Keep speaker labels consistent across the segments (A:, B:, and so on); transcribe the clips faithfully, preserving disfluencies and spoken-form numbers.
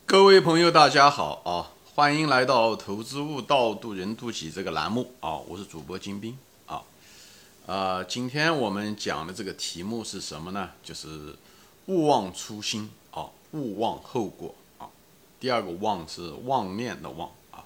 A: 各位朋友，大家好啊！欢迎来到《投资悟道，渡人渡己》这个栏目啊！我是主播金兵啊。呃，今天我们讲的这个题目是什么呢？就是勿忘初心啊，勿忘后果啊。第二个忘是妄念的妄啊。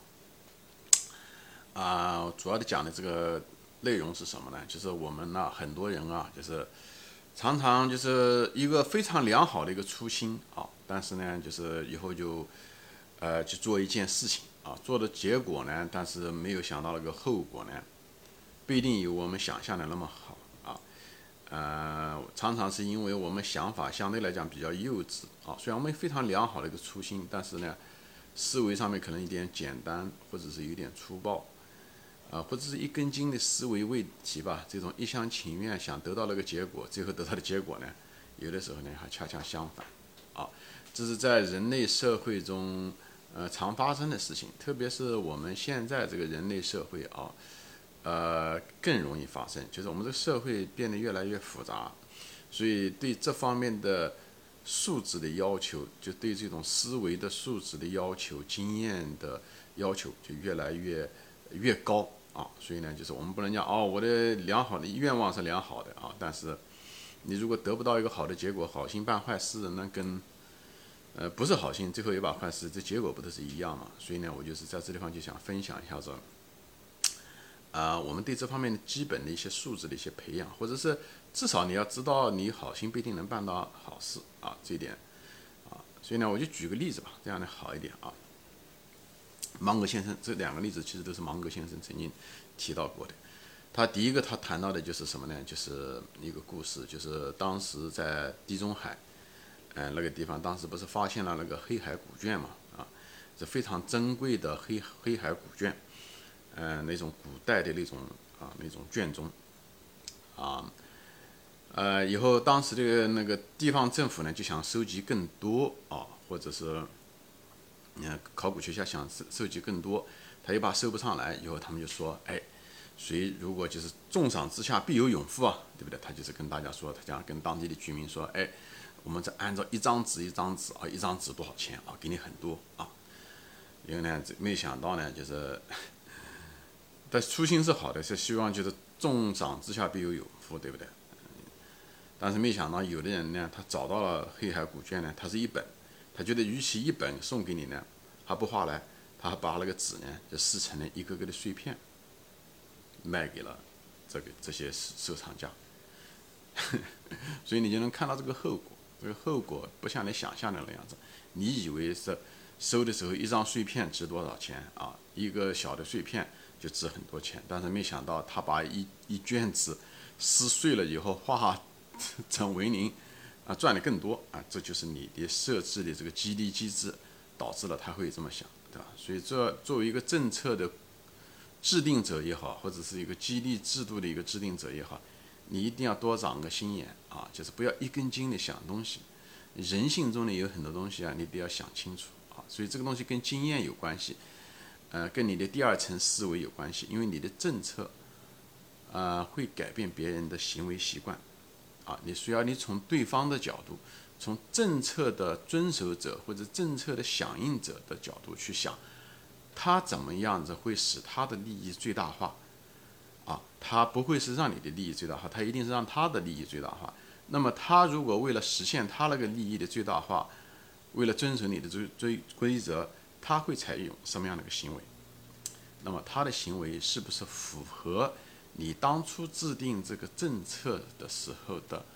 A: 啊，主要的讲的这个内容是什么呢？就是我们呢、很多人啊，就是常常就是一个非常良好的一个初心啊，但是呢，就是以后就呃去做一件事情啊，做的结果呢，但是没有想到那个后果呢，不一定有我们想象的那么好啊。呃，常常是因为我们想法相对来讲比较幼稚啊，虽然我们非常良好的一个初心，但是呢，思维上面可能有点简单，或者是有点粗暴。啊，或者是一根筋的思维问题吧，这种一厢情愿想得到那个结果，最后得到的结果呢，有的时候呢还恰恰相反，啊，这是在人类社会中，呃，常发生的事情，特别是我们现在这个人类社会啊，呃，更容易发生，就是我们这个社会变得越来越复杂，所以对这方面的素质的要求，就对这种思维的素质的要求、经验的要求就越来越越高。啊，所以呢，就是我们不能讲哦，我的良好的愿望是良好的啊，但是你如果得不到一个好的结果，好心办坏事，那跟呃不是好心，最后也把坏事，这结果不都是一样嘛？所以呢，我就是在这地方就想分享一下说，啊、呃，我们对这方面的基本的一些素质的一些培养，或者是至少你要知道，你好心不一定能办到好事啊，这一点啊，所以呢，我就举个例子吧，这样的好一点啊。芒格先生这两个例子其实都是芒格先生曾经提到过的。他第一个他谈到的就是什么呢？就是一个故事，就是当时在地中海，呃那个地方，当时不是发现了那个黑海古卷嘛？啊，是非常珍贵的黑黑海古卷，呃那种古代的那种啊那种卷宗，啊，呃以后当时这个那个地方政府呢就想收集更多啊，或者是。你看，考古学家想收收集更多，他又怕收不上来，以后他们就说：“哎，谁如果就是重赏之下必有勇夫啊，对不对？”他就是跟大家说，他讲跟当地的居民说：“哎，我们这按照一张纸一张纸啊，一张纸多少钱啊？给你很多啊。”因为呢，没想到呢，就是但初心是好的，是希望就是重赏之下必有勇夫，对不对？但是没想到有的人呢，他找到了黑海古卷呢，它是一本。他觉得与其一本送给你呢，还不划来，他还把那个纸呢就撕成了一个个的碎片，卖给了这个这些收藏家，所以你就能看到这个后果。这个后果不像你想象的那样子，你以为是收的时候一张碎片值多少钱啊？一个小的碎片就值很多钱，但是没想到他把一一卷纸撕碎了以后化成为零。啊，赚的更多啊，这就是你的设置的这个激励机制，导致了他会这么想，对吧？所以这作为一个政策的制定者也好，或者是一个激励制度的一个制定者也好，你一定要多长个心眼啊，就是不要一根筋的想东西。人性中呢有很多东西啊，你得要想清楚啊，所以这个东西跟经验有关系，呃，跟你的第二层思维有关系，因为你的政策，呃，会改变别人的行为习惯。啊，你需要你从对方的角度，从政策的遵守者或者政策的响应者的角度去想，他怎么样子会使他的利益最大化？啊，他不会是让你的利益最大化，他一定是让他的利益最大化。那么他如果为了实现他那个利益的最大化，为了遵守你的追追规则，他会采用什么样的一个行为？那么他的行为是不是符合你当初制定这个政策的时候的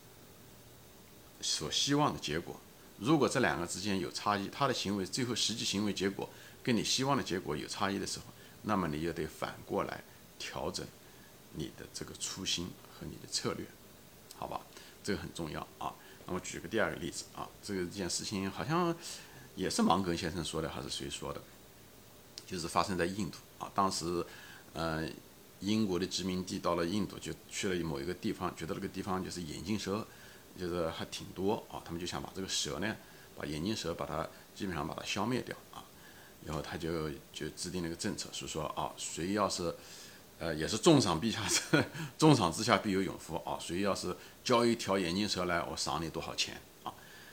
A: 所希望的结果？如果这两个之间有差异，他的行为最后实际行为结果跟你希望的结果有差异的时候，那么你就得反过来调整你的这个初心和你的策略，好吧？这个很重要啊。那么举个第二个例子啊，这个件事情好像也是芒格先生说的，还是谁说的？就是发生在印度啊，当时，呃。英国的殖民地到了印度，就去了某一个地方，觉得那个地方就是眼镜蛇，就是还挺多啊。他们就想把这个蛇呢，把眼镜蛇把它基本上把它消灭掉啊。然后他就就制定了一个政策，是说啊，谁要是，呃，也是重赏必下，重赏之下必有勇夫啊。谁要是交一条眼镜蛇来，我赏你多少钱啊？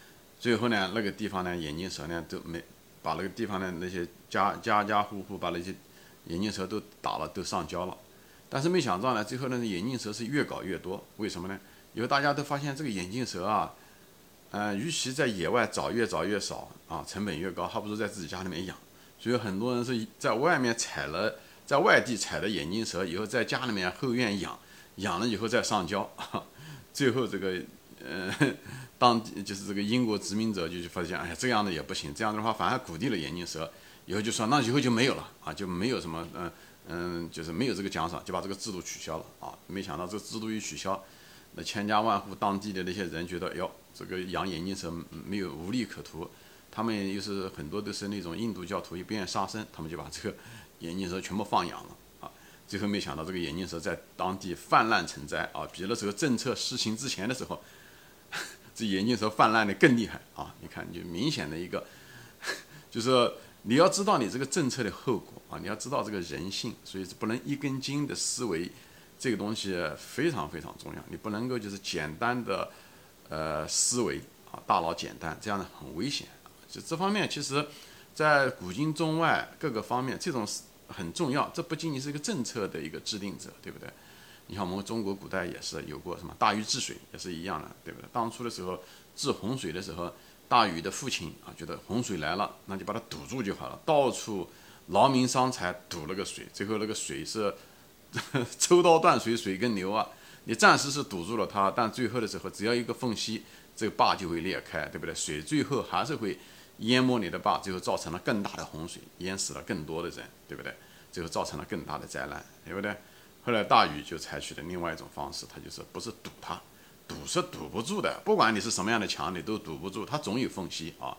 A: 最后呢，那个地方呢，眼镜蛇呢都没把那个地方的那些家家家户户把那些眼镜蛇都打了，都上交了。但是没想到呢，最后呢，眼镜蛇是越搞越多。为什么呢？以后大家都发现这个眼镜蛇啊，呃，与其在野外找越找越少啊，成本越高，还不如在自己家里面养。所以很多人是在外面采了，在外地采了眼镜蛇以后，在家里面后院养，养了以后再上交，最后这个呃，当就是这个英国殖民者就发现，哎呀，这样的也不行，这样的话反而鼓励了眼镜蛇，以后就说那以后就没有了啊，就没有什么嗯嗯，就是没有这个奖赏，就把这个制度取消了啊。没想到这个制度一取消，那千家万户当地的那些人觉得，哟，这个养眼镜蛇没有无利可图。他们又是很多都是那种印度教徒，也不愿意杀生，他们就把这个眼镜蛇全部放养了啊。最后没想到这个眼镜蛇在当地泛滥成灾啊，比那时候政策施行之前的时候，这眼镜蛇泛滥的更厉害啊！你看，就明显的一个，就是你要知道你这个政策的后果啊，你要知道这个人性，所以不能一根筋的思维，这个东西非常非常重要。你不能够就是简单的呃思维啊，大脑简单，这样的很危险。就这方面，其实，在古今中外各个方面，这种很重要。这不仅仅是一个政策的一个制定者，对不对？你看我们中国古代也是有过什么大禹治水，也是一样的，对不对？当初的时候治洪水的时候，大禹的父亲啊，觉得洪水来了，那就把它堵住就好了，到处劳民伤财堵了个水，最后那个水是抽刀断水，水更流啊！你暂时是堵住了它，但最后的时候，只要一个缝隙，这个坝就会裂开，对不对？水最后还是会淹没你的坝，最后造成了更大的洪水，淹死了更多的人，对不对？最后造成了更大的灾难，对不对？后来大禹就采取了另外一种方式，他就是不是堵它，堵是堵不住的，不管你是什么样的墙，你都堵不住，它总有缝隙啊。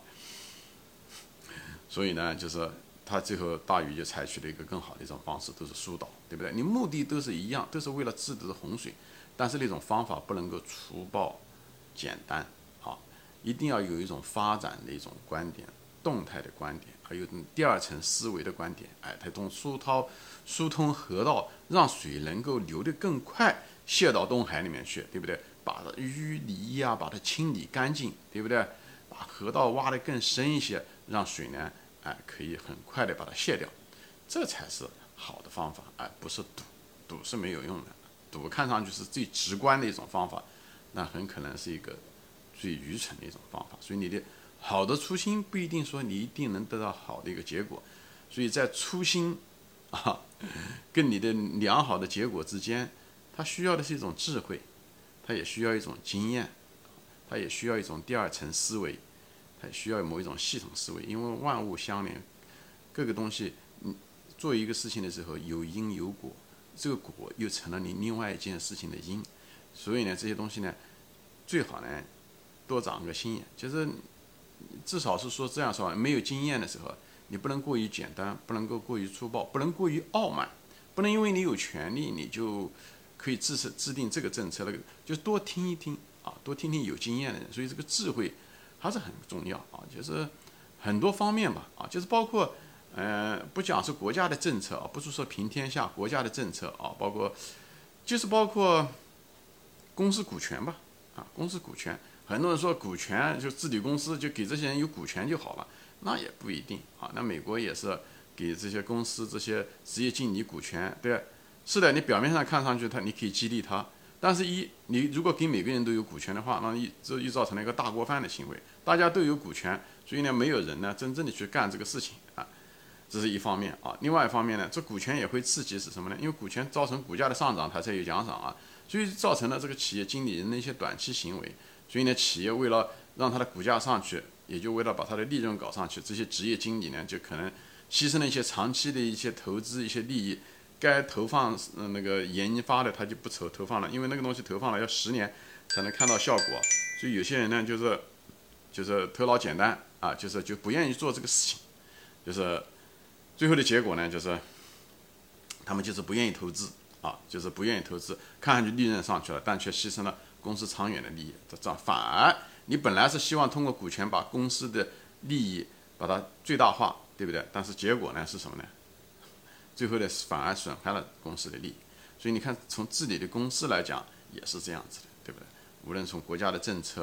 A: 所以呢，就是他最后大禹就采取了一个更好的一种方式，都是疏导，对不对？你目的都是一样，都是为了制止洪水，但是那种方法不能够粗暴、简单啊，一定要有一种发展的一种观点。动态的观点，还有第二层思维的观点，哎，它从疏涛、疏通河道，让水能够流得更快，泄到东海里面去，对不对？把淤泥啊，把它清理干净，对不对？把河道挖得更深一些，让水呢，哎，可以很快的把它卸掉，这才是好的方法，哎，不是堵，堵是没有用的，堵看上去是最直观的一种方法，那很可能是一个最愚蠢的一种方法，所以你的。好的初心不一定说你一定能得到好的一个结果，所以在初心啊跟你的良好的结果之间，它需要的是一种智慧，它也需要一种经验，它也需要一种第二层思维，它也需要某一种系统思维，因为万物相连，各个东西，你做一个事情的时候有因有果，这个果又成了你另外一件事情的因，所以呢，这些东西呢，最好呢多长个心眼，就是。至少是说这样说，没有经验的时候，你不能过于简单，不能够过于粗暴，不能过于傲慢，不能因为你有权利，你就可以制制定这个政策，那个就多听一听啊，多听听有经验的人。所以这个智慧还是很重要啊，就是很多方面吧啊，就是包括呃，不讲是国家的政策啊，不是说平天下国家的政策啊，包括就是包括公司股权吧啊，公司股权。很多人说股权就治理公司，就给这些人有股权就好了，那也不一定啊。那美国也是给这些公司这些职业经理股权，对，是的，你表面上看上去他你可以激励他，但是一你如果给每个人都有股权的话，那一这又造成了一个大锅饭的行为，大家都有股权，所以呢没有人呢真正的去干这个事情啊，这是一方面啊。另外一方面呢，这股权也会刺激是什么呢？因为股权造成股价的上涨，它才有奖赏啊，所以造成了这个企业经理人的一些短期行为。所以呢，企业为了让它的股价上去，也就为了把它的利润搞上去，这些职业经理呢，就可能牺牲了一些长期的一些投资、一些利益，该投放呃那个研发的他就不投投放了，因为那个东西投放了要十年才能看到效果。所以有些人呢，就是就是头脑简单啊，就是就不愿意做这个事情，就是最后的结果呢，就是他们就是不愿意投资啊，就是不愿意投资，看上去利润上去了，但却牺牲了。公司长远的利益，这样反而你本来是希望通过股权把公司的利益把它最大化，对不对？但是结果呢是什么呢？最后呢反而损害了公司的利益。所以你看，从治理的公司来讲也是这样子的，对不对？无论从国家的政策，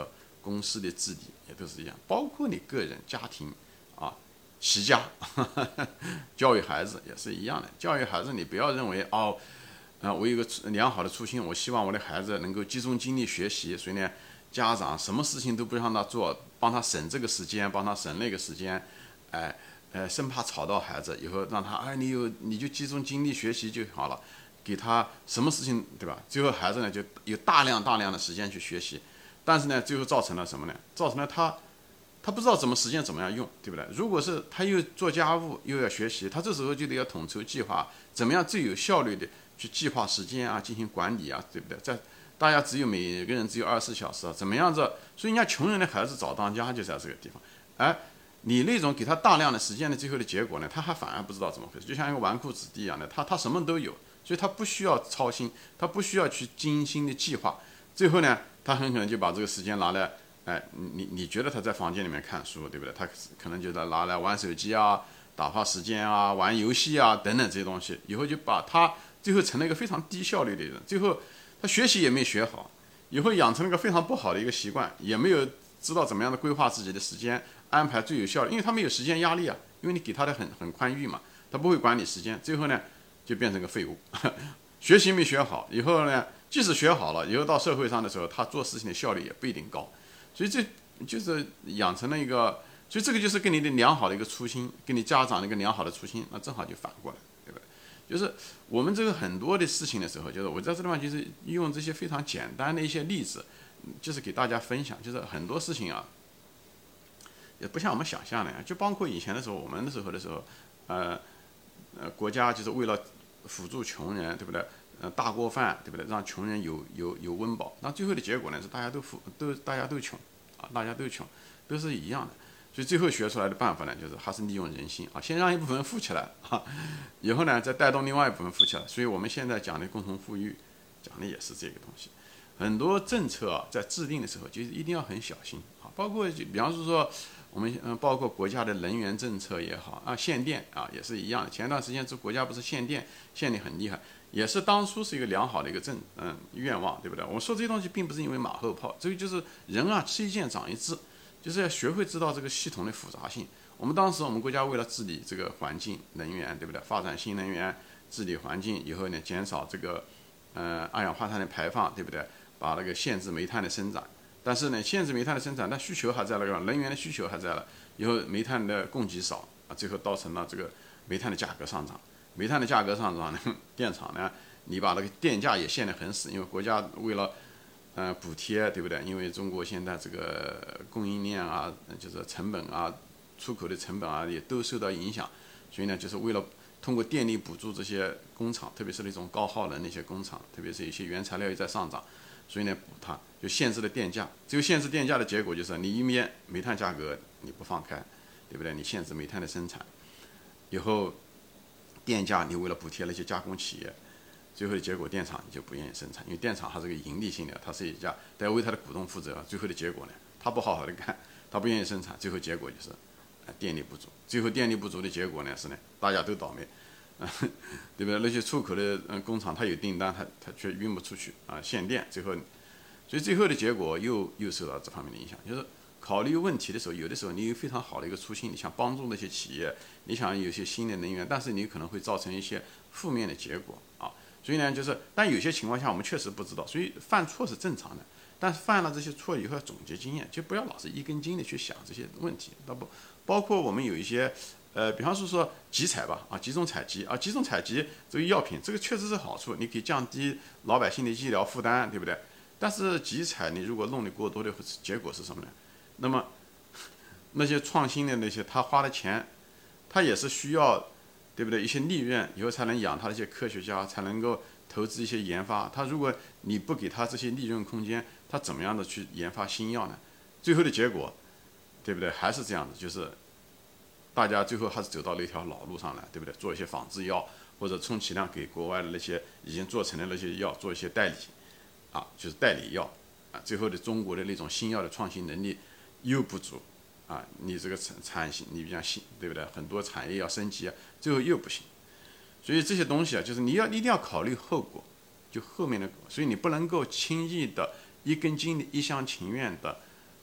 A: 公司的治理也都是一样，包括你个人、家庭啊、齐家，教育孩子也是一样的。教育孩子，你不要认为哦，啊，我有个良好的初心，我希望我的孩子能够集中精力学习，所以呢，家长什么事情都不让他做，帮他省这个时间，帮他省那个时间，哎，呃，生怕吵到孩子，以后让他，哎，你有你就集中精力学习就好了，给他什么事情，对吧？最后孩子呢就有大量大量的时间去学习，但是呢，最后造成了什么呢？造成了他。他不知道怎么时间怎么样用，对不对？如果是他又做家务又要学习，他这时候就得要统筹计划，怎么样最有效率的去计划时间啊，进行管理啊，对不对？在大家只有每个人只有二十四小时啊，怎么样子？所以人家穷人的孩子早当家就在这个地方。哎，你那种给他大量的时间的最后的结果呢，他还反而不知道怎么回事，就像一个纨绔子弟一样的，他他什么都有，所以他不需要操心，他不需要去精心的计划，最后呢，他很可能就把这个时间拿来。哎，你你觉得他在房间里面看书，对不对？他可能就在拿来玩手机啊、打发时间啊、玩游戏啊等等这些东西，以后就把他最后成了一个非常低效率的人。最后他学习也没学好，以后养成了一个非常不好的一个习惯，也没有知道怎么样的规划自己的时间，安排最有效的，因为他没有时间压力啊，因为你给他的很很宽裕嘛，他不会管理时间，最后呢就变成个废物。学习没学好，以后呢，即使学好了，以后到社会上的时候，他做事情的效率也不一定高。所以这就是养成了一个，所以这个就是跟你的良好的一个初心，跟你家长的一个良好的初心，那正好就反过来，对不对？就是我们这个很多的事情的时候，就是我在这地方就是用这些非常简单的一些例子，就是给大家分享，就是很多事情啊，也不像我们想象的呀，就包括以前的时候，我们的时候的时候，呃呃，国家就是为了辅助穷人，对不对？呃，大锅饭，对不对？让穷人有有有温饱，那最后的结果呢是大家都富，都大家都穷，啊，大家都穷，都是一样的。所以最后学出来的办法呢，就是还是利用人性啊，先让一部分人富起来，哈，以后呢再带动另外一部分富起来。所以我们现在讲的共同富裕，讲的也是这个东西。很多政策啊，在制定的时候，就是一定要很小心啊，包括就比方说我们嗯，包括国家的能源政策也好啊，限电啊也是一样的。前段时间这国家不是限电，限得很厉害。也是当初是一个良好的一个政嗯愿望，对不对？我说这些东西并不是因为马后炮，这个就是人啊吃一堑长一智，就是要学会知道这个系统的复杂性。我们当时我们国家为了治理这个环境能源，对不对？发展新能源，治理环境以后呢，减少这个呃二氧化碳的排放，对不对？把那个限制煤炭的生产，但是呢，限制煤炭的生产，但需求还在那个能源的需求还在了，以后煤炭的供给少啊，最后造成了这个煤炭的价格上涨。煤炭的价格上涨呢，电厂呢，你把那个电价也限得很死，因为国家为了，呃，补贴，对不对？因为中国现在这个供应链啊，就是成本啊，出口的成本啊，也都受到影响，所以呢，就是为了通过电力补助这些工厂，特别是那种高耗能那些工厂，特别是一些原材料也在上涨，所以呢，补它就限制了电价。这个限制电价的结果就是，你一面煤炭价格你不放开，对不对？你限制煤炭的生产，以后。电价你为了补贴那些加工企业，最后的结果电厂你就不愿意生产，因为电厂它是个盈利性的，它是一家得要为它的股东负责。最后的结果呢，它不好好的干，它不愿意生产，最后结果就是，呃，电力不足。最后电力不足的结果呢是呢，大家都倒霉，呃、对不对？那些出口的嗯工厂它有订单，它它却运不出去啊，限电，最后，所以最后的结果又又受到这方面的影响，就是。考虑问题的时候，有的时候你有非常好的一个初心，你想帮助那些企业，你想有些新的能源，但是你可能会造成一些负面的结果啊。所以呢，就是但有些情况下我们确实不知道，所以犯错是正常的。但是犯了这些错以后要总结经验，就不要老是一根筋的去想这些问题。那不包括我们有一些呃，比方说说集采吧，啊，集中采集啊，集中采集这个药品，这个确实是好处，你可以降低老百姓的医疗负担，对不对？但是集采你如果弄得过多的结果是什么呢？那么，那些创新的那些，他花的钱，他也是需要，对不对？一些利润以后才能养他的一些科学家，才能够投资一些研发。他如果你不给他这些利润空间，他怎么样的去研发新药呢？最后的结果，对不对？还是这样子，就是大家最后还是走到了一条老路上来，对不对？做一些仿制药，或者充其量给国外的那些已经做成的那些药做一些代理，啊，就是代理药，啊，最后的中国的那种新药的创新能力。又不足，啊，你这个产产型，你比较新，对不对？很多产业要升级啊，最后又不行。所以这些东西啊，就是你要一定要考虑后果，就后面的，所以你不能够轻易的一根筋的一厢情愿的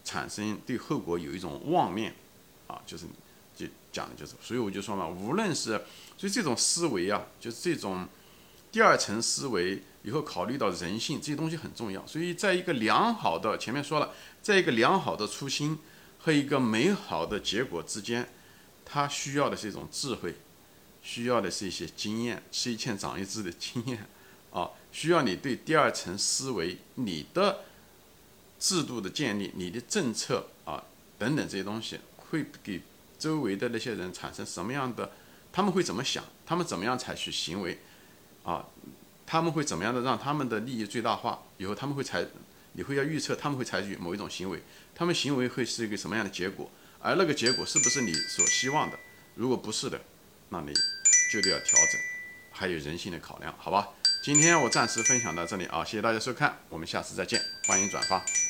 A: 产生对后果有一种妄念啊，就是就讲的就是，所以我就说嘛，无论是所以这种思维啊，就是这种第二层思维，以后考虑到人性这些东西很重要。所以在一个良好的前面说了，在一个良好的初心和一个美好的结果之间，它需要的是一种智慧，需要的是一些经验，吃一堑长一智的经验啊，需要你对第二层思维、你的制度的建立、你的政策啊等等这些东西，会给周围的那些人产生什么样的？他们会怎么想？他们怎么样采取行为？啊，他们会怎么样的让他们的利益最大化？以后他们会采，你会要预测他们会采取某一种行为，他们行为会是一个什么样的结果？而那个结果是不是你所希望的？如果不是的，那你就得要调整，还有人性的考量，好吧？今天我暂时分享到这里啊，谢谢大家收看，我们下次再见，欢迎转发。